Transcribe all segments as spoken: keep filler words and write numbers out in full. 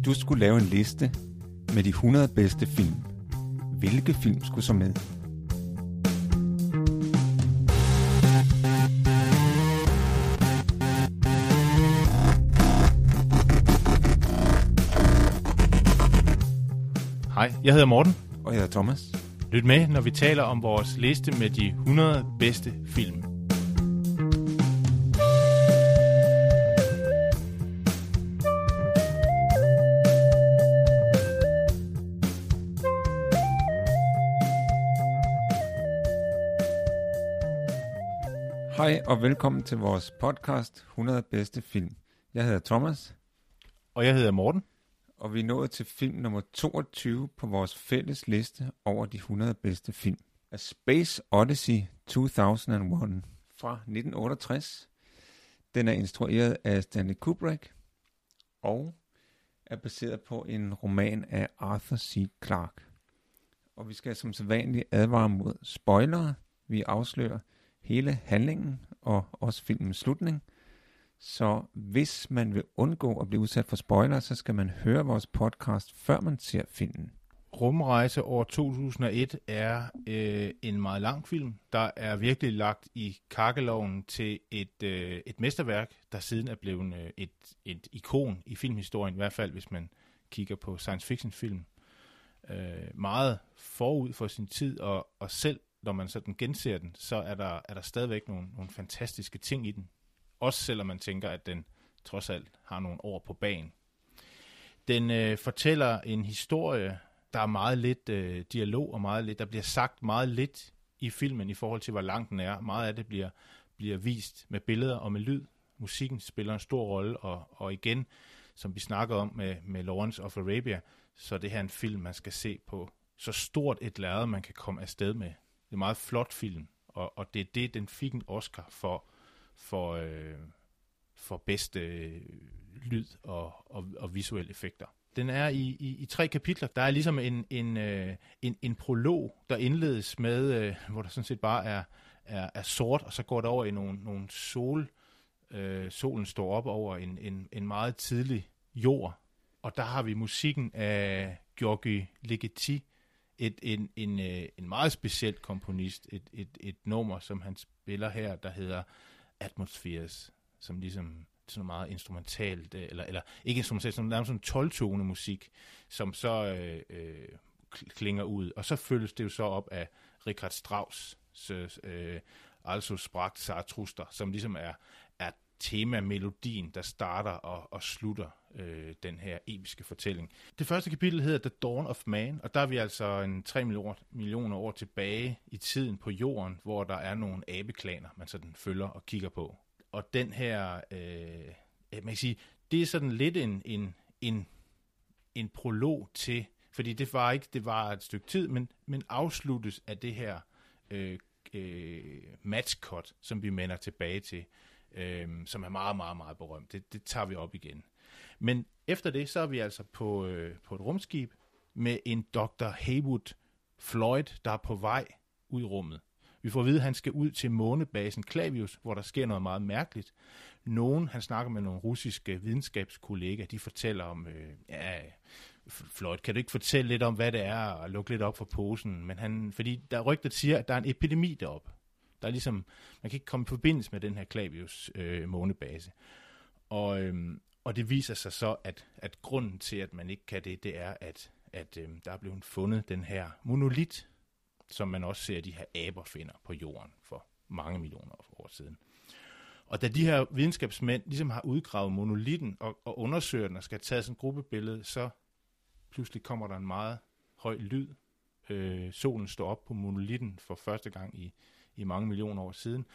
du skulle lave en liste med de hundrede bedste film, hvilke film skulle så med? Hej, jeg hedder Morten. Og jeg hedder Thomas. Lyt med, når vi taler om vores liste med de hundrede bedste film. Hej og velkommen til vores podcast hundrede bedste film. Jeg hedder Thomas. Og jeg hedder Morten. Og vi er nået til film nummer toogtyve på vores fælles liste over de hundrede bedste film. A Space Odyssey to tusind og et fra nitten otteogtres. Den er instrueret af Stanley Kubrick og er baseret på en roman af Arthur C. Clarke. Og vi skal som sædvanligt advare mod spoilere. Vi afslører hele handlingen og også filmens slutning. Så hvis man vil undgå at blive udsat for spoiler, så skal man høre vores podcast, før man ser filmen. Rumrejse år to tusind og et er øh, en meget lang film, der er virkelig lagt i kakkeloven til et, øh, et mesterværk, der siden er blevet øh, et, et ikon i filmhistorien, i hvert fald hvis man kigger på science fiction film. Øh, meget forud for sin tid, og, og selv når man sådan genser den, så er der, er der stadigvæk nogle, nogle fantastiske ting i den. Også selvom man tænker, at den trods alt har nogle år på bagen. Den øh, fortæller en historie, der er meget lidt øh, dialog og meget lidt. Der bliver sagt meget lidt i filmen i forhold til, hvor lang den er. Meget af det bliver, bliver vist med billeder og med lyd. Musikken spiller en stor rolle, og, og igen, som vi snakker om med, med Lawrence of Arabia, så det her er en film, man skal se på så stort et lærred, man kan komme afsted med. Det er en meget flot film, og, og det er det, den fik en Oscar for, for, øh, for bedste øh, lyd og, og, og visuelle effekter. Den er i, i, i tre kapitler. Der er ligesom en, en, øh, en, en prolog, der indledes med, øh, hvor der sådan set bare er, er, er sort, og så går det over i nogle, nogle sol. Øh, solen står op over en, en, en meget tidlig jord, og der har vi musikken af György Ligeti, et, en, en, en meget speciel komponist, et, et, et nummer, som han spiller her, der hedder Atmospheres, som ligesom sådan meget instrumentalt, eller, eller ikke instrumentalt, som nærmest sådan tolv-tone musik, som så øh, øh, klinger ud. Og så følges det jo så op af Richard Strauss' øh, Altså sprach Zarathustra, som ligesom er, er tema-melodien, der starter og, og slutter øh, den her episke fortælling. Det første kapitel hedder The Dawn of Man, og der er vi altså en tre millioner år tilbage i tiden på jorden, hvor der er nogle abeklaner, man sådan følger og kigger på. Og den her, øh, man kan sige, det er sådan lidt en, en, en, en prolog til, fordi det var ikke, det var et stykke tid, men, men afsluttes af det her øh, øh, matchcut, som vi vender tilbage til, øh, som er meget, meget, meget berømt. Det, det tager vi op igen. Men efter det, så er vi altså på, øh, på et rumskib med en doktor Heywood Floyd, der er på vej ud i rummet. Vi får at vide, at han skal ud til månebasen Clavius, hvor der sker noget meget mærkeligt. Nogen, han snakker med nogle russiske videnskabskolleger, de fortæller om, øh, ja, Floyd, kan du ikke fortælle lidt om, hvad det er, og lukke lidt op for posen? Men han, fordi der rygtet siger, at der er en epidemi deroppe. Der er ligesom, man kan ikke komme i forbindelse med den her Clavius øh, månebase. Og, øh, og det viser sig så, at, at grunden til, at man ikke kan det, det er, at, at øh, der er blevet fundet den her monolit, som man også ser, de her aber finder på jorden for mange millioner år siden. Og da de her videnskabsmænd ligesom har udgravet monolitten og, og undersøger den og skal tage sådan et gruppebillede, så pludselig kommer der en meget høj lyd. Øh, solen står op på monolitten for første gang i, i mange millioner år siden.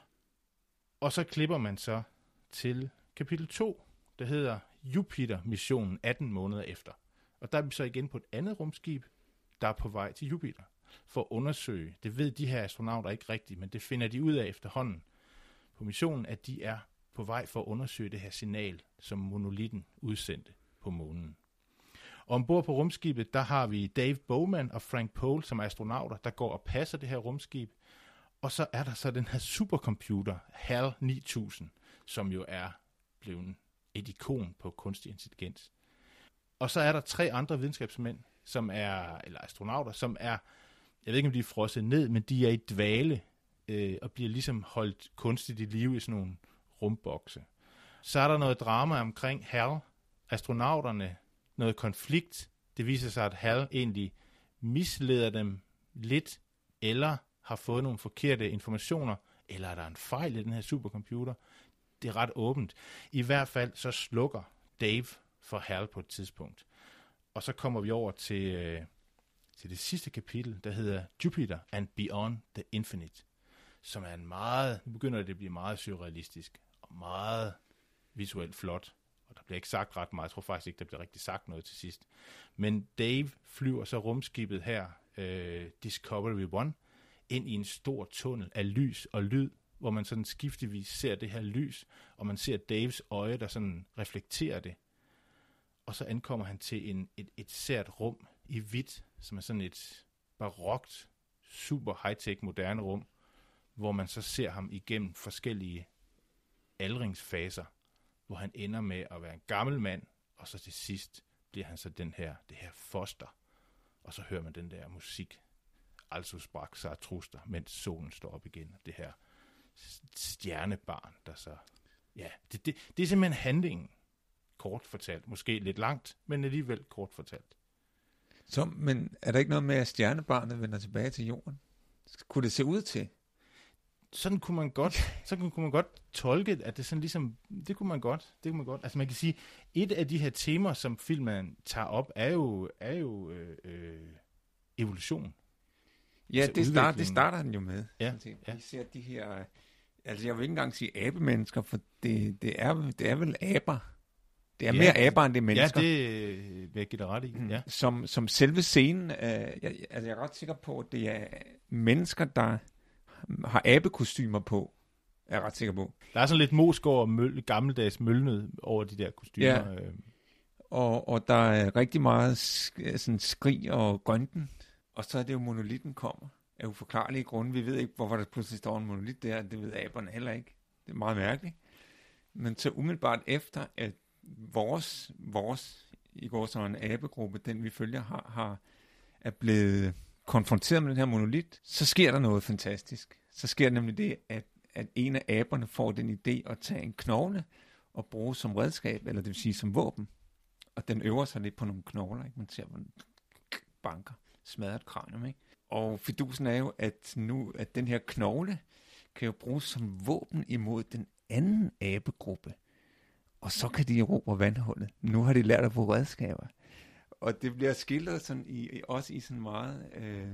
Og så klipper man så til kapitel to, der hedder Jupiter-missionen atten måneder efter. Og der er vi så igen på et andet rumskib, der er på vej til Jupiter for at undersøge. Det ved de her astronauter ikke rigtigt, men det finder de ud af efterhånden på missionen, at de er på vej for at undersøge det her signal, som monolitten udsendte på månen. Og ombord på rumskibet, der har vi Dave Bowman og Frank Pohl, som er astronauter, der går og passer det her rumskib. Og så er der så den her supercomputer, H A L ni tusind, som jo er blevet et ikon på kunstig intelligens. Og så er der tre andre videnskabsmænd, som er, eller astronauter, som er, jeg ved ikke om de er frosset ned, men de er i dvale, øh, og bliver ligesom holdt kunstigt i live i sådan nogle rumbokse. Så er der noget drama omkring Hal, astronauterne, noget konflikt. Det viser sig, at Hal egentlig misleder dem lidt, eller har fået nogle forkerte informationer, eller er der en fejl i den her supercomputer. Det er ret åbent. I hvert fald så slukker Dave for Hal på et tidspunkt. Og så kommer vi over til, øh, til det sidste kapitel, der hedder Jupiter and Beyond the Infinite, som er en meget, nu begynder det at blive meget surrealistisk, og meget visuelt flot. Og der bliver ikke sagt ret meget. Jeg tror faktisk ikke, der bliver rigtig sagt noget til sidst. Men Dave flyver så rumskibet her, øh, Discovery One, ind i en stor tunnel af lys og lyd, hvor man sådan skiftevis ser det her lys, og man ser Daves øje, der sådan reflekterer det. Og så ankommer han til en, et, et sært rum i hvidt, som er sådan et barokt, super high-tech, moderne rum, hvor man så ser ham igennem forskellige aldringsfaser, hvor han ender med at være en gammel mand, og så til sidst bliver han så den her, det her foster. Og så hører man den der musik, altså sprach Zarathustra, mens solen står op igen. Det her stjernebarn, der så... Ja, det, det, det er simpelthen handlingen, kort fortalt. Måske lidt langt, men alligevel kort fortalt. Så, men er der ikke noget med, at stjernebarnet vender tilbage til jorden? Kunne det se ud til? Sådan kunne man godt, så kunne man godt tolke, at det sådan ligesom, det kunne man godt, det kunne man godt. Altså man kan sige, et af de her temaer, som filmen tager op, er jo, er jo øh, øh, evolution. Ja, altså det, start, det starter den jo med. Ja, ja. Vi ser de her, altså jeg vil ikke engang sige abemennesker, for det, det, er, det er vel aber. Det er ja, mere aber, end det er mennesker. Ja, det vil jeg give dig ret i. Ja. Som, som selve scenen, øh, jeg, altså jeg er ret sikker på, at det er mennesker, der har abekostymer på, er jeg ret sikker på. Der er sådan lidt Moesgaard og møl, gammeldags mølnød over de der kostymer. Ja. Og, og der er rigtig meget sk- sådan skrig og grønten. Og så er det jo, monolitten kommer af uforklarlige grunde. Vi ved ikke, hvorfor der pludselig står en monolit der. Det ved aberne heller ikke. Det er meget mærkeligt. Men så umiddelbart efter, at vores, vores i går så en abegruppe, den vi følger, har, har, er blevet konfronteret med den her monolit, så sker der noget fantastisk. Så sker der nemlig det, at, at en af aberne får den idé at tage en knogle og bruge som redskab, eller det vil sige som våben. Og den øver sig lidt på nogle knogler, ikke? Man ser, hvor den banker, smadrer et kranium, ikke? Og fidusen er jo, at nu, at den her knogle kan jo bruges som våben imod den anden abegruppe. Og så kan de erobre vandhullet. Nu har de lært at bruge redskaber. Og det bliver skildret sådan i, også i sådan en meget øh,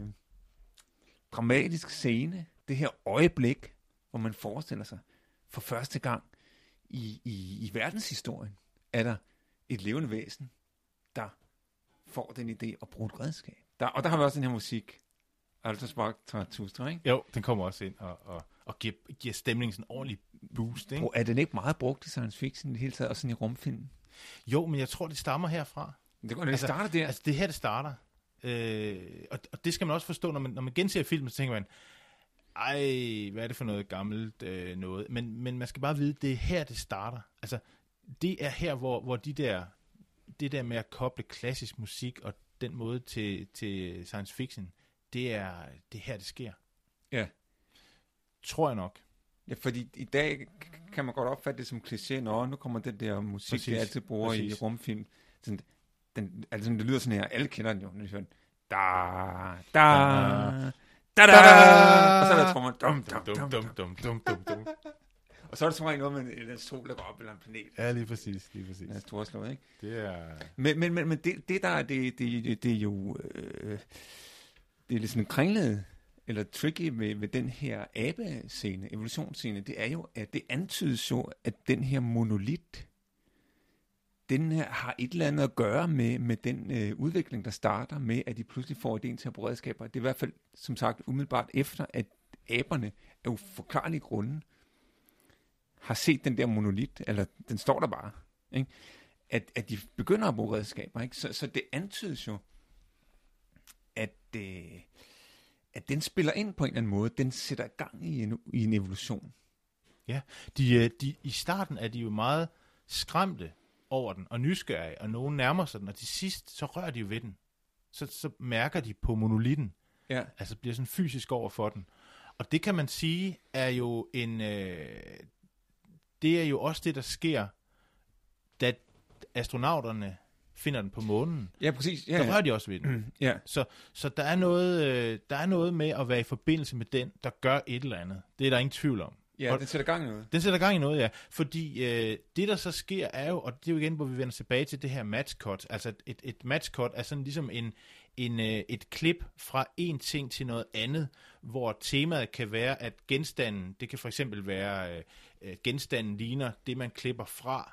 dramatisk scene. Det her øjeblik, hvor man forestiller sig, for første gang i, i, i verdenshistorien, er der et levende væsen, der får den idé at bruge et redskab. Der, og der har vi også den her musik. Altså sprach Zarathustra, ikke? Jo, den kommer også ind og, og, og giver, giver stemningen sådan en ordentlig boost, ikke? Er den ikke meget brugt i science fiction i det hele taget, og sådan i rumfilm? Jo, men jeg tror, det stammer herfra. Det går, det altså, starter der. Altså, det her, det starter. Øh, og, og det skal man også forstå, når man, når man genser filmen, så tænker man, ej, hvad er det for noget gammelt øh, noget? Men, men man skal bare vide, det er her, det starter. Altså, det er her, hvor, hvor de der, det der med at koble klassisk musik og den måde til, til science fiction, det er, det er her, det sker. Ja. Tror jeg nok. Ja, fordi i dag kan man godt opfatte det som kliché, når nu kommer den der musik, præcis, der altid bruger præcis. i rumfilm. Sådan, den, altså, det lyder sådan her, alle kender den jo, når de hører den. Da, da, da, da, da, og så er der trommer, dum, dum, dum, dum, dum, dum, dum, dum. Og så er det som regel noget med en sol, der går op, eller en planet. Ja, lige præcis, lige præcis. Ja, storslået, ikke? Det er... Men, men, men, men det, det der er, det, det, det er jo, øh, det er lidt sådan kringlet, eller tricky med, med den her abe-scene, evolutionsscene, det er jo, at det antydes jo, at den her monolit, den her har et eller andet at gøre med, med den øh, udvikling, der starter med, at de pludselig får idéen til at bruge redskaber. Det er i hvert fald, som sagt, umiddelbart efter, at aberne af uforklarlige grunde har set den der monolit, eller den står der bare, ikke? At, at de begynder at bruge redskaber. Ikke? Så, så det antydes jo, at, øh, at den spiller ind på en eller anden måde. Den sætter gang i en, i en evolution. Ja, de, de, i starten er de jo meget skræmte over den, og nysgerrige, og nogen nærmer sig den, og til sidst, så rører de jo ved den. Så, så mærker de på monolitten. Ja. Altså bliver sådan fysisk over for den. Og det kan man sige, er jo en... Øh, det er jo også det, der sker, da astronauterne finder den på månen. Ja, præcis. Ja, så ja. rører de også ved den. Mm, ja. Så, så der, er noget, øh, der er noget med at være i forbindelse med den, der gør et eller andet. Det er der ingen tvivl om. Ja, og den sætter gang i noget. Den sætter gang i noget, ja. Fordi øh, det, der så sker, er jo, og det er jo igen, hvor vi vender tilbage til det her matchcut. Altså et, et matchcut er sådan ligesom en, en, øh, et klip fra en ting til noget andet, hvor temaet kan være, at genstanden, det kan for eksempel være, øh, genstanden ligner det, man klipper fra,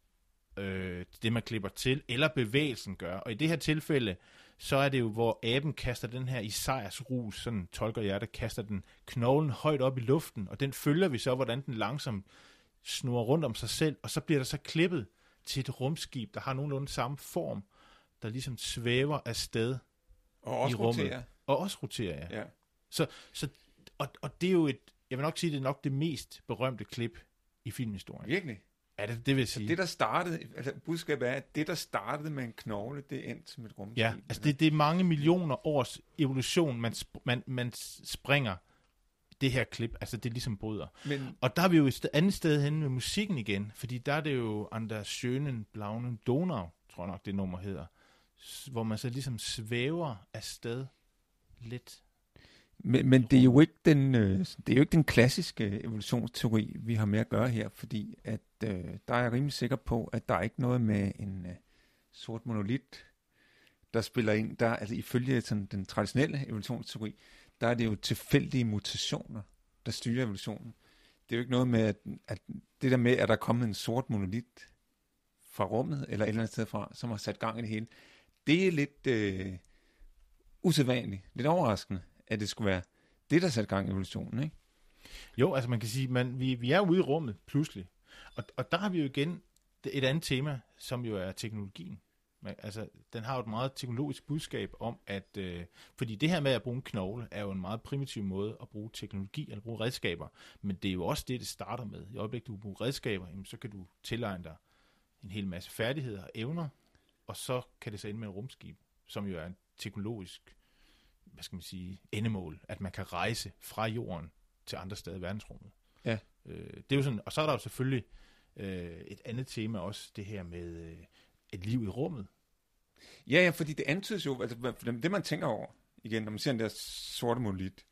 øh, det man klipper til, eller bevægelsen gør. Og i det her tilfælde, så er det jo, hvor aben kaster den her i sejrsrus, sådan tolker jeg det, kaster den knoglen højt op i luften, og den følger vi så, hvordan den langsomt snurrer rundt om sig selv, og så bliver der så klippet til et rumskib, der har nogenlunde samme form, der ligesom svæver afsted og også i rummet. Roterer. Og også roterer, ja. ja. Så, så, og, og det er jo et, jeg vil nok sige, det er nok det mest berømte klip i filmhistorien. Virkelig? Ja, det, det vil jeg sige. Så det, der startede, altså budskabet er, at det, der startede med en knogle, det endte som et rumskib. Ja, altså det, det er mange millioner års evolution, man, sp- man, man springer det her klip, altså det ligesom bryder. Men, og der er vi jo et andet sted henne med musikken igen, fordi der er det jo An der schönen blauen Donau, tror jeg nok det nummer hedder, hvor man så ligesom svæver afsted lidt. Men, men det er jo ikke den, øh, det er jo ikke den klassiske evolutionsteori, vi har med at gøre her, fordi at øh, der er jeg rimelig sikker på, at der er ikke noget med en øh, sort monolit, der spiller ind. Der, altså ifølge sådan, den traditionelle evolutionsteori, der er det jo tilfældige mutationer, der styrer evolutionen. Det er jo ikke noget med, at, at det der med, at der er kommet en sort monolit fra rummet, eller et eller andet sted fra, som har sat gang i det hele, det er lidt øh, usædvanligt, lidt overraskende, at det skulle være det, der satte gang i evolutionen, ikke? Jo, altså man kan sige, man, vi, vi er ude i rummet pludselig. Og, og der har vi jo igen et andet tema, som jo er teknologien. Men, altså, den har jo et meget teknologisk budskab om, at... Øh, fordi det her med at bruge en knogle, er jo en meget primitiv måde at bruge teknologi, eller bruge redskaber. Men det er jo også det, det starter med. I øjeblikket, du bruger redskaber, jamen, så kan du tilegne dig en hel masse færdigheder og evner, og så kan det så ende med et rumskib, som jo er en teknologisk, hvad skal man sige, endemål, at man kan rejse fra jorden til andre steder i verdensrummet. Ja. Øh, det er jo sådan, og så er der jo selvfølgelig øh, et andet tema også, det her med øh, et liv i rummet. Ja, ja, fordi det antydes jo, altså det man tænker over, igen, når man ser den der sorte monolit,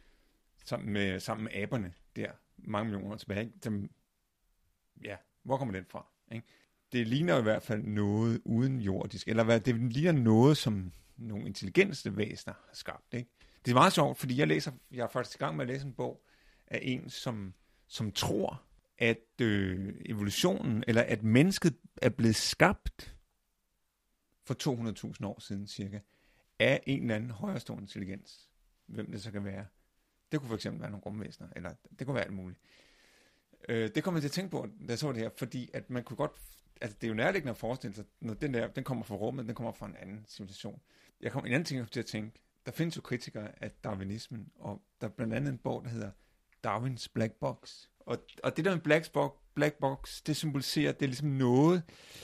sammen med, sammen med aberne der, mange millioner år tilbage, som, ja, hvor kommer den fra? Ikke? Det ligner i hvert fald noget uden jordisk, eller hvad, det ligner noget, som nogle intelligente væsener har skabt. Ikke? Det er meget sjovt, fordi jeg læser, jeg er faktisk i gang med at læse en bog af en, som, som tror, at øh, evolutionen, eller at mennesket er blevet skabt for to hundrede tusind år siden cirka, af en eller anden højrestående intelligens. Hvem det så kan være. Det kunne for eksempel være nogle rumvæsener, eller det kunne være alt muligt. Øh, det kommer jeg til at tænke på, da jeg så det her, fordi at man kunne godt, altså det er jo nærliggende at forestille sig, når den der, den kommer fra rummet, den kommer fra en anden civilisation. Jeg kom en anden ting til at tænke, der findes jo kritikere af darwinismen, og der er blandt andet en bog, der hedder Darwins Black Box. Og, og det der med Black Box, Black Box, det symboliserer, det er ligesom noget,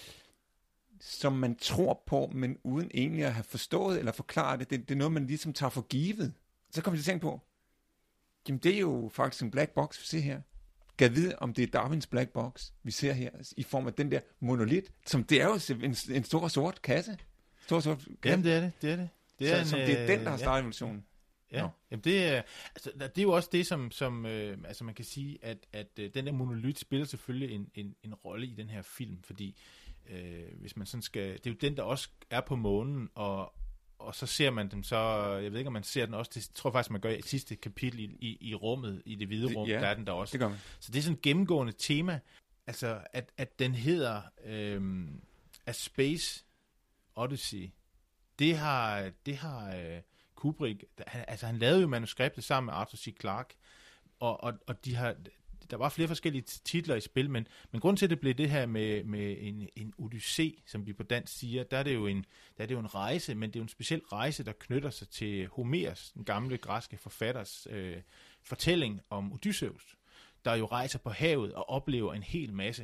som man tror på, men uden egentlig at have forstået eller forklaret det. Det, det er noget, man ligesom tager for givet. Så kommer jeg til at tænke på, jamen det er jo faktisk en black box, vi ser her. Gad vide, om det er Darwins black box, vi ser her, i form af den der monolit, som det er jo en, en stor sort kasse. Stor sort kasse. Jamen det er det, det er det. Det er så, en, som det er den, der har startet ja. evolutionen. Ja, jamen det er, altså, det er jo også det, som, som øh, altså man kan sige, at, at øh, den der monolit spiller selvfølgelig en, en, en rolle i den her film, fordi øh, hvis man sådan skal, det er jo den, der også er på månen, og, og så ser man dem så, jeg ved ikke, om man ser den også, det tror jeg faktisk, man gør i sidste kapitel i, i, i rummet, i det hvide rum, det, ja, der er den der også. Det gør man. Så det er sådan et gennemgående tema, altså at, at den hedder øh, A Space Odyssey, det har, det har øh, Kubrick, han, altså han lavede jo manuskriptet sammen med Arthur C. Clarke, og, og, og de har, der var flere forskellige titler i spil, men, men grund til, at det blev det her med, med en, en odyssé, som vi på dansk siger, der er, det jo en, der er det jo en rejse, men det er jo en speciel rejse, der knytter sig til Homers, den gamle græske forfatters øh, fortælling om Odysseus, der jo rejser på havet og oplever en hel masse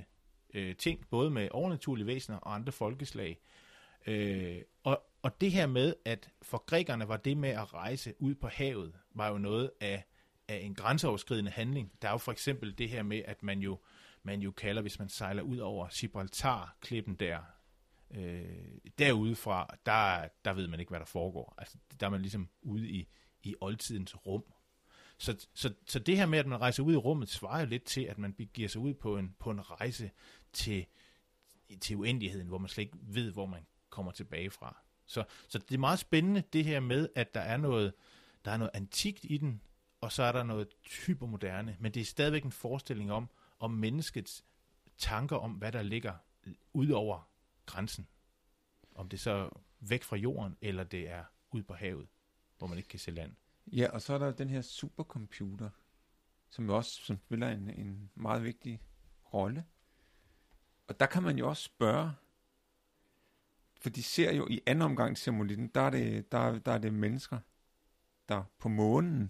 øh, ting, både med overnaturlige væsener og andre folkeslag. Øh, og, og det her med, at for grækerne var det med at rejse ud på havet, var jo noget af, af en grænseoverskridende handling. Der er jo for eksempel det her med, at man jo, man jo kalder, hvis man sejler ud over Gibraltar-klippen der, øh, derudefra, der, der ved man ikke, hvad der foregår. Altså, der er man ligesom ude i, i oldtidens rum. Så, så, så det her med, at man rejser ud i rummet, svarer jo lidt til, at man begiver sig ud på en, på en rejse til, til uendeligheden, hvor man slet ikke ved, hvor man kommer tilbage fra. Så, så det er meget spændende, det her med, at der er noget, der er noget antikt i den, og så er der noget hypermoderne, men det er stadigvæk en forestilling om, om menneskets tanker om, hvad der ligger ud over grænsen. Om det så væk fra jorden, eller det er ud på havet, hvor man ikke kan se land. Ja, og så er der den her supercomputer, som jo også som spiller en, en meget vigtig rolle. Og der kan man jo også spørge, for de ser jo i anden omgang ser monolitten, der er det, der, der er det mennesker, der på månen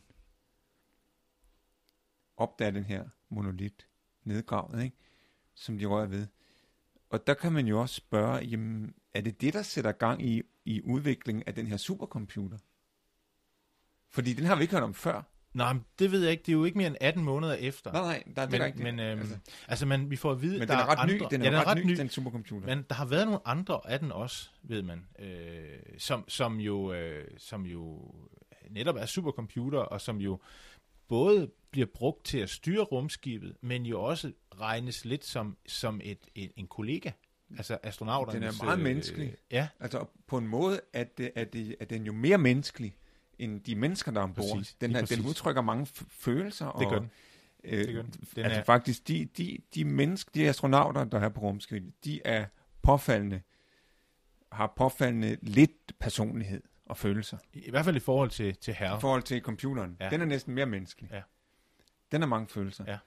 opdager den her monolit nedgravet, ikke? Som de rører ved. Og der kan man jo også spørge, jamen, er det det, der sætter gang i, i udviklingen af den her supercomputer? Fordi den har vi ikke hørt om før. Nej, det ved jeg ikke. Det er jo ikke mere end atten måneder efter. Nej, nej, der er det men, rigtigt. Men, øhm, altså, altså man, vi får at vide, men der den er ret andre, ny, den er, ja, den er ret, ret ny, ny, den supercomputer. Men der har været nogle andre af den også, ved man, øh, som, som, jo, øh, som jo netop er supercomputer, og som jo både bliver brugt til at styre rumskibet, men jo også regnes lidt som, som et, et, en kollega. Altså astronauterne. Den er meget øh, menneskelig. Ja. Altså på en måde, at, at, det, at den jo mere menneskelig, end de mennesker, der er ombord. Præcis, den, her, den udtrykker mange f- følelser. Det gør og, den. Øh, det gør den. den altså er... faktisk, de, de, de mennesker, de astronauter, der er på rumskibet, de er påfaldende, har påfaldende lidt personlighed og følelser. I hvert fald i forhold til, til Hal. I forhold til computeren. Ja. Den er næsten mere menneskelig. Ja. Den har mange følelser. Ja.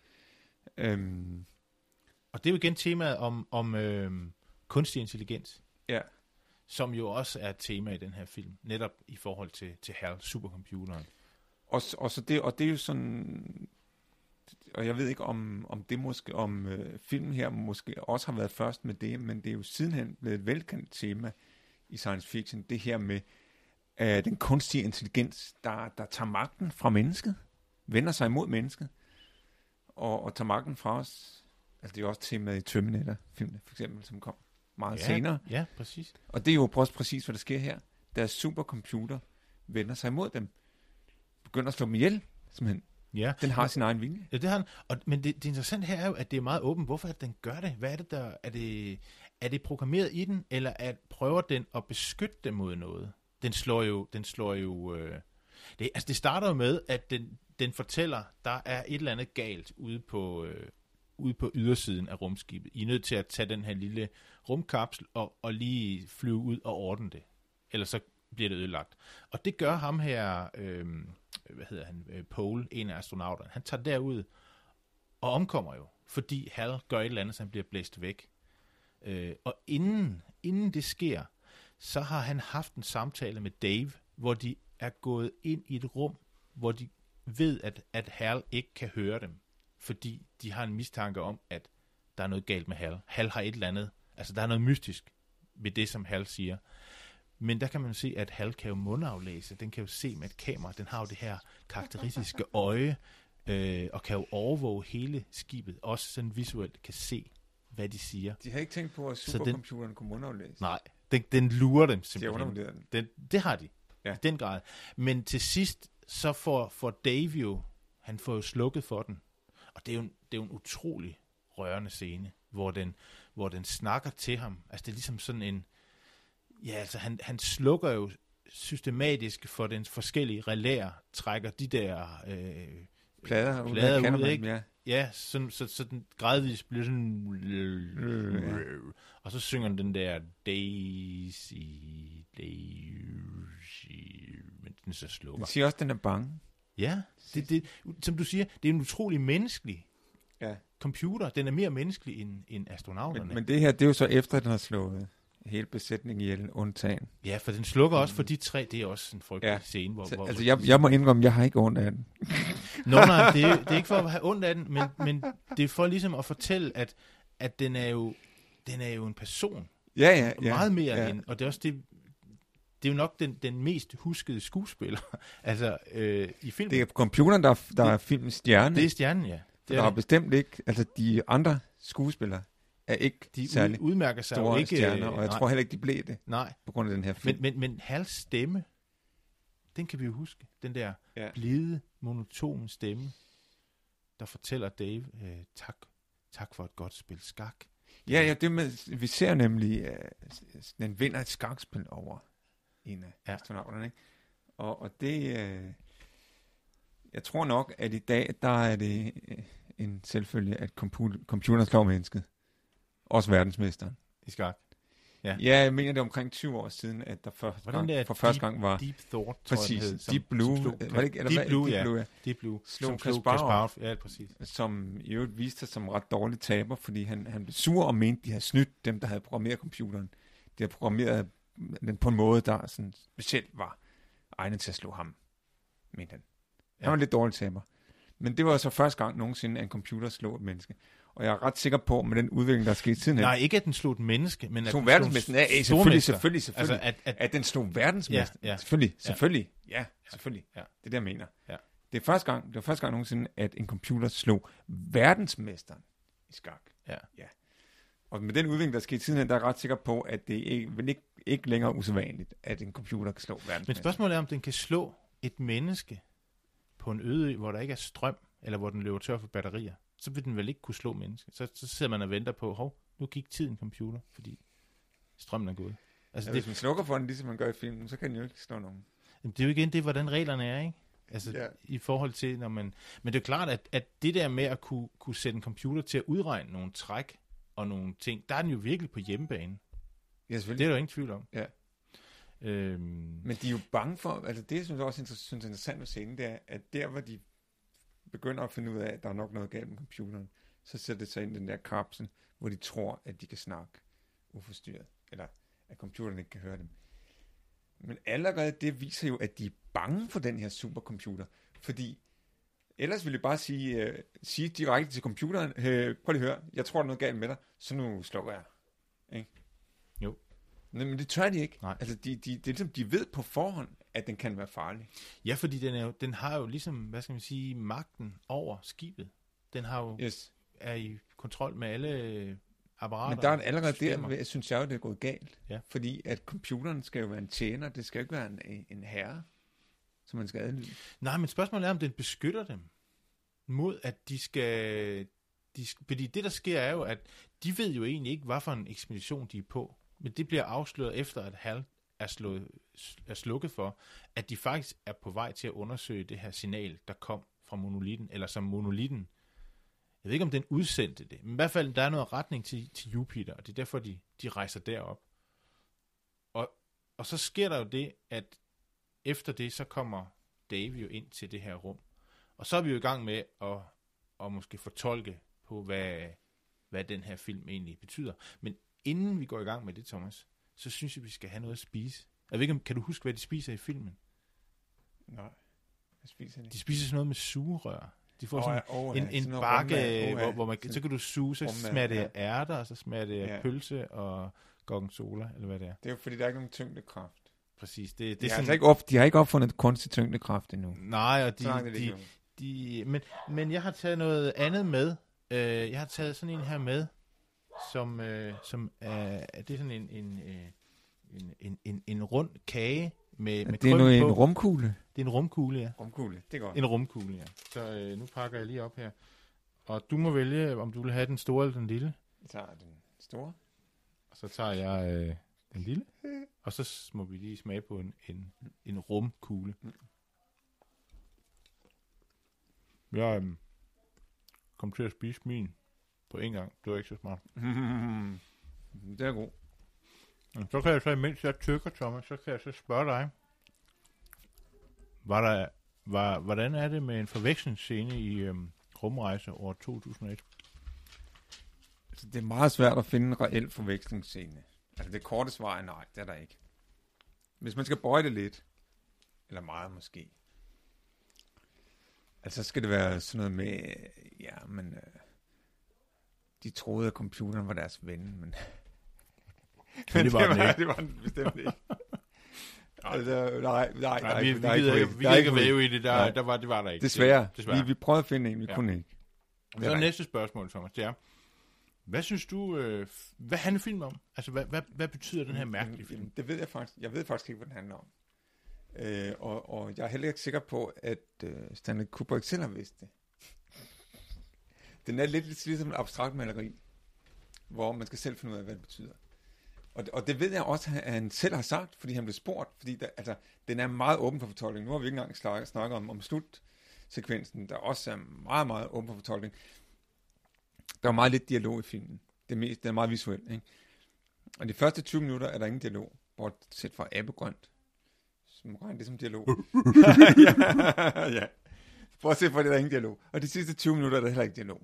Øhm. Og det er jo igen temaet om, om øhm, kunstig intelligens. Ja. Som jo også er et tema i den her film, netop i forhold til, til Hal, supercomputeren. Og, og, så det, og det er jo sådan, og jeg ved ikke om, om det måske, om øh, filmen her måske også har været først med det, men det er jo sidenhen blevet et velkendt tema i science fiction, det her med øh, den kunstige intelligens, der, der tager magten fra mennesket, vender sig imod mennesket, og, og tager magten fra os. Altså det er jo også temaet i Terminator-filmen, for eksempel, som kom meget ja, senere. Ja, præcis. Og det er jo også præcis, hvad der sker her. Deres supercomputer vender sig imod dem. Begynder at slå dem ihjel, simpelthen. Ja. Den har sin egen vilje. Ja, det har den. Og, men det, det interessante her er jo, at det er meget åbent. Hvorfor er det, den gør det? Hvad er det, der... Er det, er det programmeret i den, eller at prøver den at beskytte dem mod noget? Den slår jo... Den slår jo øh, det, altså, det starter jo med, at den, den fortæller, der er et eller andet galt ude på... Øh, ude på ydersiden af rumskibet. I er nødt til at tage den her lille rumkapsel og, og lige flyve ud og ordne det. Ellers så bliver det ødelagt. Og det gør ham her, øh, hvad hedder han, øh, Paul, en af astronauterne. Han tager derud og omkommer jo, fordi Hal gør et eller andet, så han bliver blæst væk. Øh, og inden, inden det sker, så har han haft en samtale med Dave, hvor de er gået ind i et rum, hvor de ved, at, at Hal ikke kan høre dem. Fordi de har en mistanke om, at der er noget galt med Hal. Hal har et eller andet. Altså, der er noget mystisk ved det, som Hal siger. Men der kan man se, at Hal kan jo mundaflæse. Den kan jo se med et kamera. Den har jo det her karakteristiske øje, øh, og kan jo overvåge hele skibet. Også sådan visuelt kan se, hvad de siger. De har ikke tænkt på, at supercomputeren den, kunne mundaflæse. Nej, den, den lurer dem simpelthen. De har den. den. Det har de, ja. I den grad. Men til sidst, så får, får Dave jo, han får jo slukket for den. Og det er jo, det er jo en utrolig rørende scene, hvor den, hvor den snakker til ham. Altså det er ligesom sådan en... Ja, altså han, han slukker jo systematisk for dens forskellige relæer, trækker de der øh, plader, plader ud, man, ikke? Ja, ja sådan, så, så den gradvist bliver sådan... Øh, ja. Og så synger den den der Daisy, Daisy, men den så slukker. Den siger også, den er bange. Ja, det, det, som du siger, det er en utrolig menneskelig ja. computer. Den er mere menneskelig end, end astronauterne. Men, men det her, det er jo så efter, at den har slået hele besætningen ihjel, undtagen. Ja, for den slukker også for de tre. Det er også en frygtelig ja. scene. Hvor, så, hvor, altså, hvor, jeg, jeg må indrømme, jeg har ikke ondt af den. Nå, nej, det er, det er ikke for at have ondt af den, men, men det er for ligesom at fortælle, at, at den er jo, den er jo en person. Ja, ja, ja. Meget mere ja. end, og det er også det, det er jo nok den, den mest huskede skuespiller, altså øh, i filmen. Det er computeren, der, der det, er filmens stjerne. Det er stjernen, ja. Det der er er bestemt ikke, altså de andre skuespillere er ikke de særlig udmærker sig store jo ikke, stjerner, og jeg nej. tror heller ikke, de blev det, nej. på grund af den her film. Men, men, men Hals stemme, den kan vi jo huske. Den der ja. blide, monotone stemme, der fortæller Dave, øh, tak, tak for et godt spil skak. Ja, ja, det med, vi ser nemlig, uh, den vinder et skakspil over en af ja. astronauterne, ikke? Og, og det, uh, jeg tror nok, at i dag, der er det uh, en selvfølge, at computer, computeren slår mennesket. Også verdensmesteren. I skak. Ja. ja, jeg mener, det er omkring tyve år siden, at der for, gang, der for første deep, gang var... Deep Thought, præcis, hed, som, Deep Blue. Som slog, var det ikke, eller Deep, Blue, Deep ja. Blue, ja. Deep Blue. Slog som Kasparov, Kasparov. Ja, præcis. Som i øvrigt viste sig som ret dårlig taber, fordi han, han blev sur og mente, de havde snydt dem, der havde programmeret computeren. De havde programmeret den på en måde, der sådan specielt var egnet til at slå ham, mente han. Han ja. var lidt dårlig taber. Men det var så første gang nogensinde, at en computer slog et menneske. Og jeg er ret sikker på, med den udvikling, der er sket siden. Nej, ikke at den slog et menneske, men at slog den verdensmesteren. Ja, selvfølgelig, selvfølgelig, selvfølgelig, selvfølgelig. Altså, at, at, at den slog verdensmesteren. Ja, ja. Selvfølgelig, selvfølgelig. Ja, selvfølgelig. Ja. Det er det, jeg mener. Ja. Det er første gang, det var første gang nogensinde, at en computer slog verdensmesteren i skak. Ja. Ja. Og med den udvikling, der er sket siden, der er jeg ret sikker på, at det ikke, vel ikke, ikke længere usædvanligt, at en computer kan slå verdensmesteren. Men spørgsmålet er, om den kan slå et menneske på en øde ø, hvor der ikke er strøm, eller hvor den løber tør for batterier. Så vil den vel ikke kunne slå mennesker. Så, så sidder man og venter på, hov, nu gik tiden computer, fordi strømmen er gået. Altså, ja, det, hvis man slukker for den, ligesom man gør i filmen, så kan den jo ikke slå nogen. Jamen, det er jo igen det, hvordan reglerne er, ikke? Altså, ja. I forhold til, når man... Men det er klart, at, at det der med at kunne, kunne sætte en computer til at udregne nogle træk og nogle ting, der er den jo virkelig på hjemmebane. Ja, selvfølgelig. Det er der jo ingen tvivl om. Ja. Øhm... Men de er jo bange for... Altså, det, som jeg også synes er interessant at se, det er, at der, hvor de begynder at finde ud af, at der er nok noget galt med computeren, så sætter det sig ind i den der kapsel, hvor de tror, at de kan snakke uforstyrret, eller at computeren ikke kan høre dem. Men allerede det viser jo, at de er bange for den her supercomputer, fordi ellers ville de bare sige, øh, sige direkte til computeren, øh, prøv lige at høre, jeg tror, der er noget galt med dig, så nu slukker jeg. Ikke? Jo. Men det tør de ikke. Nej. Altså, de, de, det er ligesom, de ved på forhånd, at den kan være farlig. Ja, fordi den, er jo, den har jo ligesom, hvad skal man sige, magten over skibet. Den har jo, yes. er i kontrol med alle apparater. Men der er allerede systemer. Der, synes jeg jo, det er gået galt. Ja. Fordi at computeren skal jo være en tjener, det skal jo ikke være en, en herre, som man skal adlyde. Nej, men spørgsmålet er, om den beskytter dem mod, at de skal... De, fordi det, der sker, er jo, at de ved jo egentlig ikke, hvad for en ekspedition de er på. Men det bliver afsløret efter, at Hal er, slået, er slukket for, at de faktisk er på vej til at undersøge det her signal, der kom fra monolitten, eller som monolitten. Jeg ved ikke, om den udsendte det, men i hvert fald, der er noget retning til, til Jupiter, og det er derfor, de, de rejser derop. Og, og så sker der jo det, at efter det, så kommer Dave jo ind til det her rum. Og så er vi jo i gang med at, at måske fortolke på, hvad, hvad den her film egentlig betyder. Men inden vi går i gang med det, Thomas, så synes jeg, vi skal have noget at spise. Jeg ved ikke, kan du huske, hvad de spiser i filmen? Nej, hvad spiser de? De spiser sådan noget med sugerør. De får oh, sådan ja, oh, en, ja, en sådan bakke, rumlag, oh, ja. hvor, hvor man, så kan du suge, så rumlag, smager det af ja. ærter, og så smager det af ja. pølse og gorgonzola, eller hvad det er. Det er jo fordi, der er ikke nogen tyngdekraft. Præcis. Det, det de, er har sådan, altså ikke op, de har ikke opfundet kunstig tyngdekraft endnu. Nej, og de... de, de, de men, men jeg har taget noget andet med. Uh, jeg har taget sådan en her med, som, uh, som uh, det er sådan en, en, uh, en, en, en, en rund kage med, med det er noget en rumkugle? Det er en rumkugle, ja. Rumkugle, det er godt. En rumkugle, ja. Så uh, nu pakker jeg lige op her. Og du må vælge, om du vil have den store eller den lille. Jeg tager den store. Og så tager jeg uh, den lille. Og så må vi lige smage på en, en, en rumkugle. Jeg um, kom til at spise min på en gang. Det var ikke så smart. Mm, det er god. Så kan jeg så, imens jeg tykker, Thomas, så kan jeg så spørge dig. Var der, var, hvordan er det med en forvekslingsscene i øhm, Rumrejse år to tusind og et? Altså, det er meget svært at finde en reel forvekslingsscene. Altså det korte svar er nej, det er der ikke. Hvis man skal bøje det lidt, eller meget måske, altså skal det være sådan noget med, ja, men øh, de troede, at computeren var deres ven, men, men det, det, var var, den ikke. det var den bestemt ikke. Altså, nej, nej, Nej, nej, vi, vi der er gider ikke, ikke, vi der er gider ikke ikke væve i det, der, nej. der, var, det var der ikke. Desværre. Det, desværre. Vi, vi prøvede at finde en, vi ja. kunne ikke. Så næste spørgsmål, Thomas, det er, hvad synes du, øh, hvad handler filmen om? Altså, hvad, hvad, hvad betyder den her mærkelige film? Det ved jeg faktisk, jeg ved faktisk ikke, hvad den handler om. Øh, og, og jeg er heller ikke sikker på, at øh, Stanley Kubrick selv har vidst det. Den er lidt ligesom en abstrakt maleri, hvor man skal selv finde ud af, hvad det betyder. Og, og det ved jeg også, at han selv har sagt, fordi han blev spurgt, fordi der, altså, den er meget åben for fortolkning. Nu har vi ikke engang snakket, snakket om, om slutsekvensen, der også er meget, meget åben for fortolkning. Der er meget lidt dialog i filmen. Det er, mest, det er meget visuelt, ikke? Og de første tyve minutter er der ingen dialog, bortset fra Abegrønt, som regner det som dialog. ja, ja. Bortset fra det, der er ingen dialog. Og de sidste tyve minutter er der heller ikke dialog.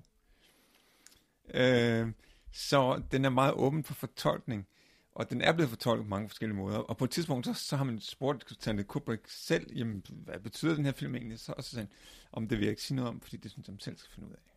Øh, så den er meget åben for fortolkning, og den er blevet fortolket på mange forskellige måder. Og på et tidspunkt, så, så har man spurgt Stanley Kubrick selv, jamen, hvad betyder den her film egentlig? Så, og så sagde han, om det vil jeg ikke sige noget om, fordi det synes jeg, man selv skal finde ud af.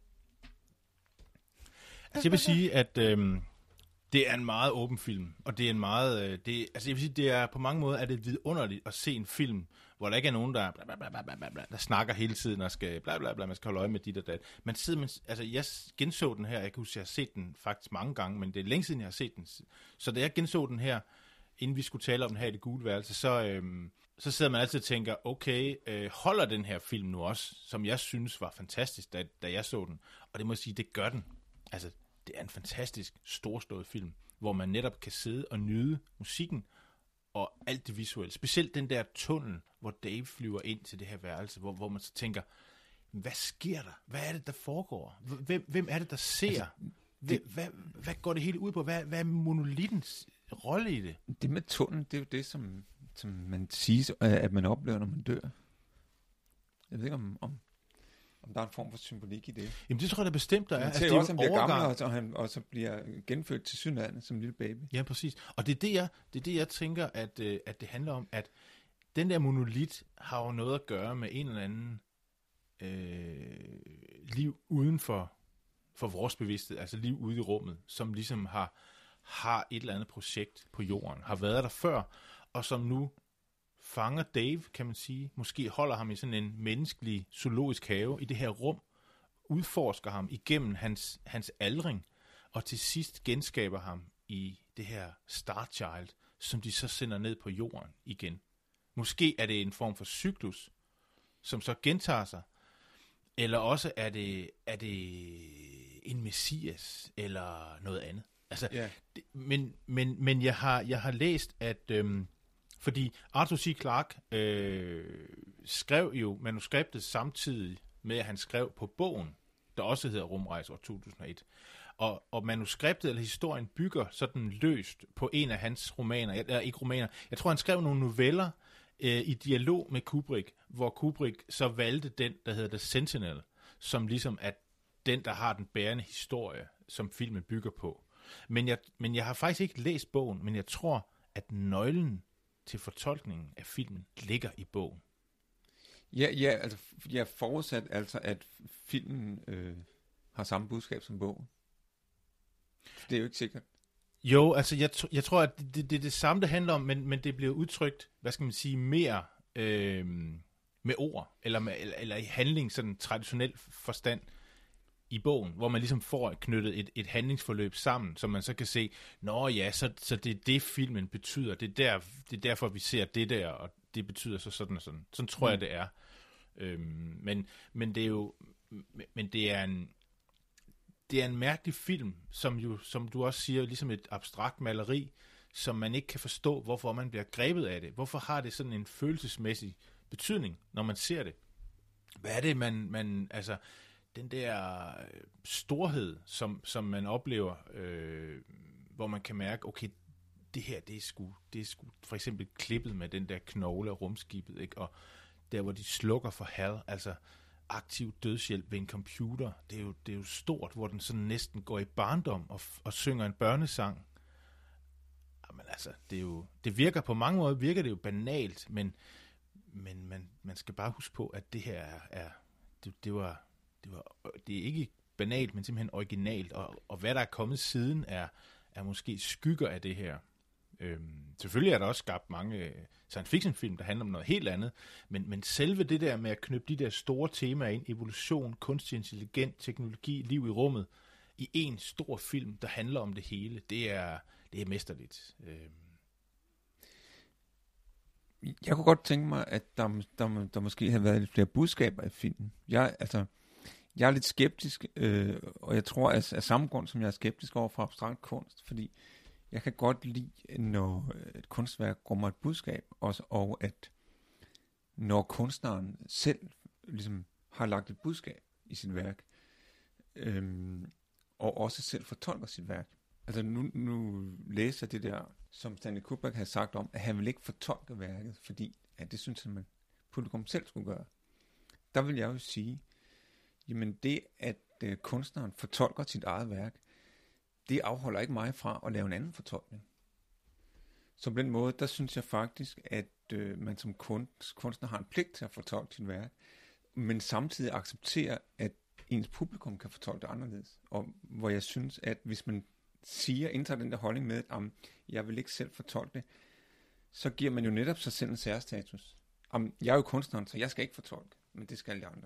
Altså, jeg vil sige, at øhm, det er en meget åben film, og det er en meget, øh, det, altså jeg vil sige, det er på mange måder er det vidunderligt at se en film, hvor der ikke er nogen, der, bla, bla, bla, bla, bla, bla, der snakker hele tiden og skal bla, bla, bla, man skal holde øje med dit og dat. Man sidder, man, altså jeg genså den her, jeg kan huske, jeg har set den faktisk mange gange, men det er længe siden, jeg har set den. Så da jeg genså den her, inden vi skulle tale om den her i det gule værelse, så, øhm, så sidder man altid og tænker, okay, øh, holder den her film nu også, som jeg synes var fantastisk, da, da jeg så den. Og det må jeg sige, det gør den. Altså, det er en fantastisk storslået film, hvor man netop kan sidde og nyde musikken og alt det visuelle. Specielt den der tunnel, hvor Dave flyver ind til det her værelse, hvor, hvor man så tænker, hvad sker der? Hvad er det, der foregår? Hvem, hvem er det, der ser? Altså, det, hvad, hvad, hvad går det hele ud på? Hvad, hvad er monolitens rolle i det? Det med tunnelen, det er jo det, som, som man siger, at man oplever, når man dør. Jeg ved ikke, om... om om der er en form for symbolik i det. Jamen det tror jeg da bestemt, der er. Man ser altså, også, at han bliver gammel, og, han, og så bliver genfødt til synlandet som lille baby. Ja, præcis. Og det er det, jeg, det er det, jeg tænker, at, øh, at det handler om, at den der monolit har jo noget at gøre med en eller anden øh, liv uden for, for vores bevidsthed, altså liv ude i rummet, som ligesom har, har et eller andet projekt på jorden, har været der før, og som nu fanger Dave, kan man sige, måske holder ham i sådan en menneskelig zoologisk have i det her rum, udforsker ham igennem hans, hans aldring, og til sidst genskaber ham i det her Star Child, som de så sender ned på jorden igen. Måske er det en form for cyklus, som så gentager sig, eller også er det, er det en messias, eller noget andet. Altså, yeah. det, men, men, men jeg har, jeg har læst, at øhm, fordi Arthur C. Clarke øh, skrev jo manuskriptet samtidig med, at han skrev på bogen, der også hedder Rumrejse år to tusind og et. Og, og manuskriptet eller historien bygger sådan løst på en af hans romaner, eller ikke romaner, jeg tror han skrev nogle noveller øh, i dialog med Kubrick, hvor Kubrick så valgte den, der hedder The Sentinel, som ligesom er den, der har den bærende historie, som filmen bygger på. Men jeg, men jeg har faktisk ikke læst bogen, men jeg tror, at nøglen til fortolkningen af filmen ligger i bogen. Ja, ja, altså jeg forudsat altså, at filmen øh, har samme budskab som bogen. Det er jo ikke sikkert. Jo, altså jeg, t- jeg tror, at det, det, det er det samme, det handler om, men, men det bliver udtrykt, hvad skal man sige, mere øh, med ord, eller, med, eller, eller i handling, sådan traditionel forstand i bogen, hvor man ligesom får knyttet et, et handlingsforløb sammen, så man så kan se, nå ja, så, så det er det, filmen betyder, det er, der, det er derfor, vi ser det der, og det betyder så sådan og sådan. Sådan tror mm. jeg, det er. Øhm, men, men det er jo, men det er en, det er en mærkelig film, som jo, som du også siger, ligesom et abstrakt maleri, som man ikke kan forstå, hvorfor man bliver grebet af det. Hvorfor har det sådan en følelsesmæssig betydning, når man ser det? Hvad er det, man, man altså, den der storhed, som, som man oplever, øh, hvor man kan mærke, okay, det her, det er sgu, det er sgu for eksempel klippet med den der knogle af rumskibet, ikke? Og der, hvor de slukker for Hal, altså aktiv dødshjælp ved en computer, det er jo, det er jo stort, hvor den sådan næsten går i barndom og, og synger en børnesang. Jamen altså, det er jo, det virker på mange måder, virker det jo banalt, men, men man, man skal bare huske på, at det her er, er det, det var, det var, det er ikke banalt, men simpelthen originalt, og, og hvad der er kommet siden, er, er måske skygger af det her. Øhm, selvfølgelig er der også skabt mange science fiction film, der handler om noget helt andet, men, men selve det der med at knytte de der store temaer ind, evolution, kunstig intelligens, teknologi, liv i rummet, i en stor film, der handler om det hele, det er, det er mesterligt. Øhm. Jeg kunne godt tænke mig, at der, der, der måske havde været lidt flere budskaber i filmen. Jeg, altså, jeg er lidt skeptisk, øh, og jeg tror, at af samme grund, som jeg er skeptisk over for abstrakt kunst, fordi jeg kan godt lide, når et kunstværk rummer et budskab, også, og at når kunstneren selv ligesom har lagt et budskab i sit værk, øhm, og også selv fortolker sit værk. Altså nu, nu læser jeg det der, som Stanley Kubrick har sagt om, at han vil ikke fortolke værket, fordi at det synes han, man publikum selv skulle gøre. Der vil jeg jo sige, jamen det, at øh, kunstneren fortolker sit eget værk, det afholder ikke mig fra at lave en anden fortolkning. Så på den måde, der synes jeg faktisk, at øh, man som kunst, kunstner har en pligt til at fortolke sit værk, men samtidig acceptere, at ens publikum kan fortolke det anderledes. Og hvor jeg synes, at hvis man siger, indtager den der holdning med, at jeg vil ikke selv fortolke det, så giver man jo netop sig selv en særstatus. Om, jeg er jo kunstneren, så jeg skal ikke fortolke, men det skal alle andre.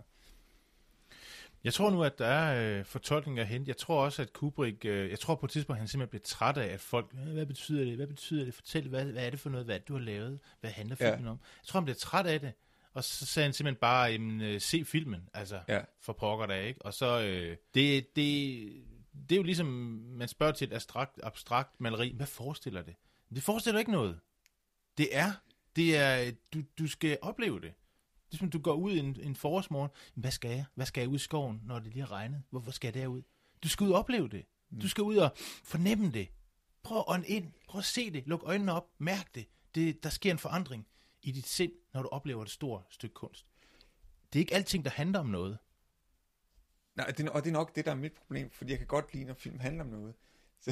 Jeg tror nu, at der er øh, fortolkninger hen. Jeg tror også, at Kubrick, øh, jeg tror på et tidspunkt, han simpelthen blev træt af, at folk, hvad betyder det, hvad betyder det, fortæl, hvad, hvad er det for noget, hvad du har lavet, hvad handler filmen ja. om? Jeg tror, han blev træt af det, og så sagde han simpelthen bare, jamen, øh, se filmen, altså, ja. for pokker der, ikke? Og så, øh, det, det, det er jo ligesom, man spørger til et abstrakt, abstrakt maleri, hvad forestiller det? Det forestiller ikke noget. Det er, det er, du, du skal opleve det. Det er som, du går ud en, en forårsmorgen. Hvad skal jeg? Hvad skal jeg ud i skoven, når det lige har regnet? Hvorfor skal jeg derud? Du skal ud og opleve det. Du skal ud og fornemme det. Prøv at ånde ind. Prøv at se det. Luk øjnene op. Mærk det. det. Der sker en forandring i dit sind, når du oplever et stort stykke kunst. Det er ikke alting, der handler om noget. Nej, det, og det er nok det, der er mit problem, fordi jeg kan godt lide, når film handler om noget. Så,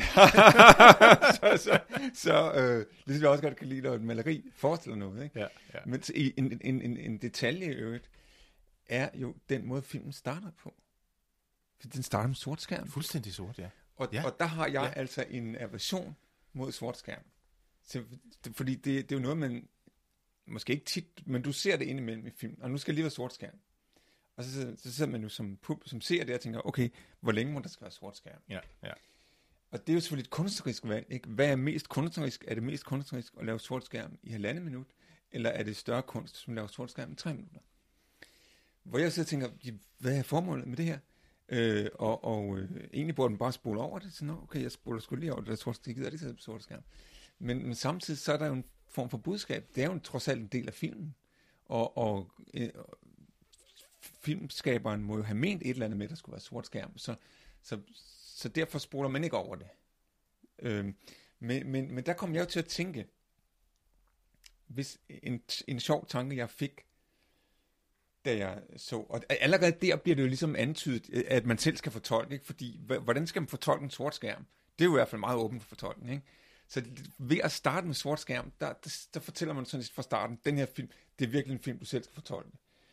så, så, så øh, ligesom jeg også godt kan lide, når et maleri forestiller noget. Ikke? Ja, ja. Men en, en, en, en detalje i øvrigt er jo den måde, filmen starter på. For den starter med sort skærm. Fuldstændig sort, ja. Og, ja. og der har jeg ja. altså en aversion mod sort skærm. Så, fordi det, det er jo noget, man måske ikke tit, men du ser det indimellem i film, og nu skal lige være sort skærm. Og så, så sidder man jo som pub, som ser det og tænker, okay, hvor længe må der skal være sort skærm? Ja, ja. Og det er jo selvfølgelig et kunstnerisk valg, ikke? Hvad er mest kunstnerisk? Er det mest kunstnerisk at lave sort skærm i halvandet minut, eller er det større kunst, som laver sort skærm i tre minutter? Hvor jeg sidder og tænker, hvad er formålet med det her? Øh, og og øh, egentlig burde den bare spole over det, så nå, okay, jeg spoler sgu lige over det der sort skærm, jeg gider ikke sidde på sort skærm. Men, men samtidig så er der jo en form for budskab, det er jo en, trods alt en del af filmen, og, og øh, filmskaberen må jo have ment et eller andet med, at der skulle være sort skærm, så, så, så derfor spoler man ikke over det. Øh, men, men, men der kom jeg jo til at tænke, hvis en, en sjov tanke, jeg fik, da jeg så, og allerede der bliver det jo ligesom antydet, at man selv skal fortolke, ikke? Fordi hvordan skal man fortolke en sort skærm? Det er jo i hvert fald meget åbent for fortolkning, ikke? Så ved at starte med sort skærm, der, der, der fortæller man sådan fra starten, den her film, det er virkelig en film, du selv skal fortolke.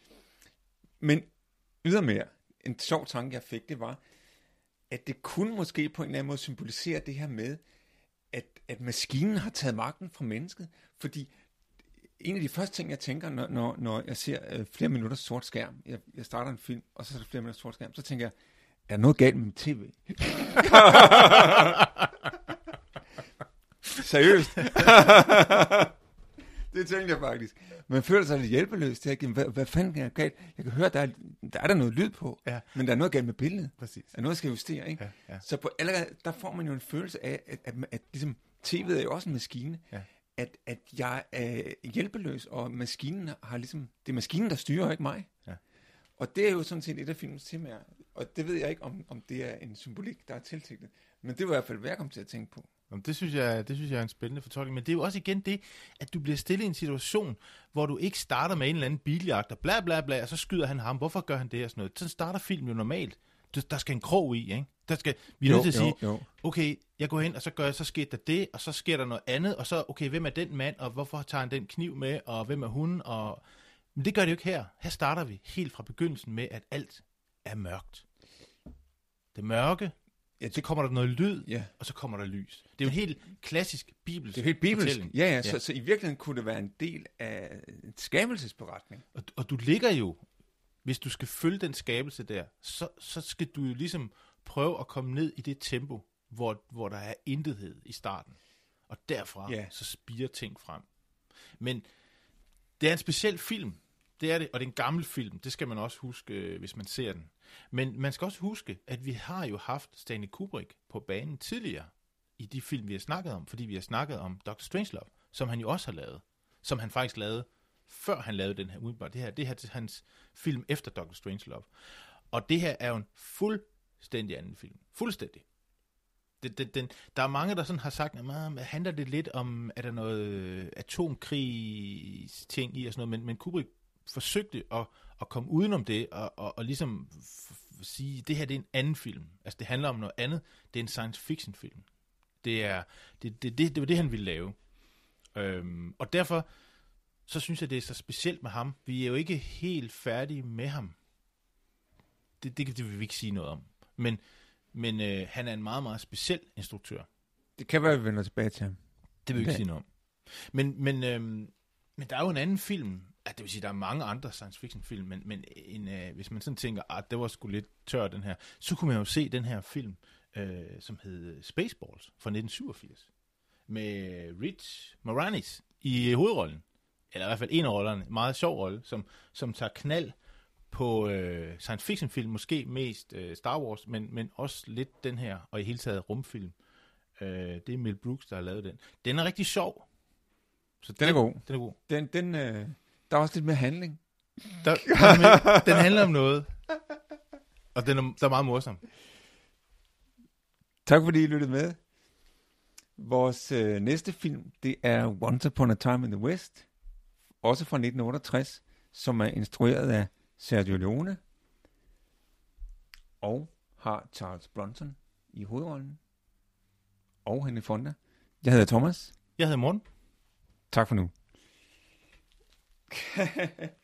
Men ydermere, en sjov tanke, jeg fik, det var, at det kunne måske på en eller anden måde symbolisere det her med, at, at maskinen har taget magten fra mennesket, fordi en af de første ting, jeg tænker, når, når, når jeg ser øh, flere minutter sort skærm, jeg, jeg starter en film, og så er der flere minutter sort skærm, så tænker jeg, er der noget galt med min tv? Seriøst. Det tænkte jeg faktisk. Man føler sig lidt hjælpeløs til at give, hvad, hvad fanden er galt? Jeg kan høre, der er der, er der noget lyd på, ja. Men der er noget galt med billedet. Præcis. Der er noget, der skal justere, ikke? Ja, ja. Så på allerede, der får man jo en følelse af, at, at, at, at ligesom, tv'et er jo også en maskine. Ja. At, at jeg er hjælpeløs, og maskinen har ligesom, det er maskinen, der styrer, ikke mig. Ja. Og det er jo sådan set et af filmens temaer. Og det ved jeg ikke, om, om det er en symbolik, der er tiltænkt. Men det var i hvert fald, hvad jeg kom til at tænke på. Det synes, jeg, det synes jeg er en spændende fortolkning, men det er jo også igen det, at du bliver stillet i en situation, hvor du ikke starter med en eller anden biljagt, og bla bla bla, og så skyder han ham. Hvorfor gør han det og sådan noget? Så starter filmen jo normalt. Der skal en krog i, ikke? Der skal, vi er jo, nødt til at sige, jo, jo. Okay, jeg går hen, og så gør jeg, så sker der det, og så sker der noget andet, og så, okay, hvem er den mand, og hvorfor tager han den kniv med, og hvem er hun, og... Men det gør det jo ikke her. Her starter vi helt fra begyndelsen med, at alt er mørkt. det mørke, Ja, det, så kommer der noget lyd, ja. og så kommer der lys. Det er jo en helt klassisk bibelsk Det er helt bibelsk. fortælling. Ja, ja, ja. Så, så i virkeligheden kunne det være en del af en skabelsesberetning. Og, og du ligger jo, hvis du skal følge den skabelse der, så, så skal du jo ligesom prøve at komme ned i det tempo, hvor, hvor der er intethed i starten. Og derfra Ja. så spirer ting frem. Men det er en speciel film. Det er det, og det er en gammel film. Det skal man også huske, øh, hvis man ser den. Men man skal også huske, at vi har jo haft Stanley Kubrick på banen tidligere i de film, vi har snakket om, fordi vi har snakket om doktor Strangelove, som han jo også har lavet. Som han faktisk lavede, før han lavede den her umiddelbart. Det her, det her er hans film efter doktor Strangelove. Og det her er jo en fuldstændig anden film. Fuldstændig. Det, det, den, der er mange, der sådan har sagt, at handler det lidt om, er der noget atomkrig-ting i og sådan noget, men, men Kubrick forsøgte at, at komme udenom det, og, og, og ligesom f- f- sige, det her det er en anden film. Altså det handler om noget andet. Det er en science fiction film. Det er det, det, det, det var det, han ville lave. Øhm, og derfor, så synes jeg, det er så specielt med ham. Vi er jo ikke helt færdige med ham. Det, det, det vil vi ikke sige noget om. Men, men øh, han er en meget, meget speciel instruktør. Det kan være, at vi vender tilbage til ham. Det vil vi ikke Ja. sige noget om. Men, men, øhm, men der er jo en anden film, at det vil sige, der er mange andre science fiction film, men, men en, øh, hvis man sådan tænker, at det var sgu lidt tør den her, så kunne man jo se den her film, øh, som hed Spaceballs fra nitten syvogfirs, med Rich Moranis i hovedrollen, eller i hvert fald en af rollerne, en meget sjov rolle, som, som tager knald på øh, science fiction film, måske mest øh, Star Wars, men, men også lidt den her, og i hele taget rumfilm. Øh, det er Mel Brooks, der har lavet den. Den er rigtig sjov. Så Den er god. Den er god. Den, den, øh, der er også lidt mere handling. Der, der, den handler om noget, og den er, der er meget morsom. Tak fordi I lyttede med. Vores øh, næste film, det er Once Upon a Time in the West, også fra nitten otteogtres, som er instrueret af Sergio Leone, og har Charles Bronson i hovedrollen, og Henry Fonda. Jeg hedder Thomas. Jeg hedder Morten. Tak for nu.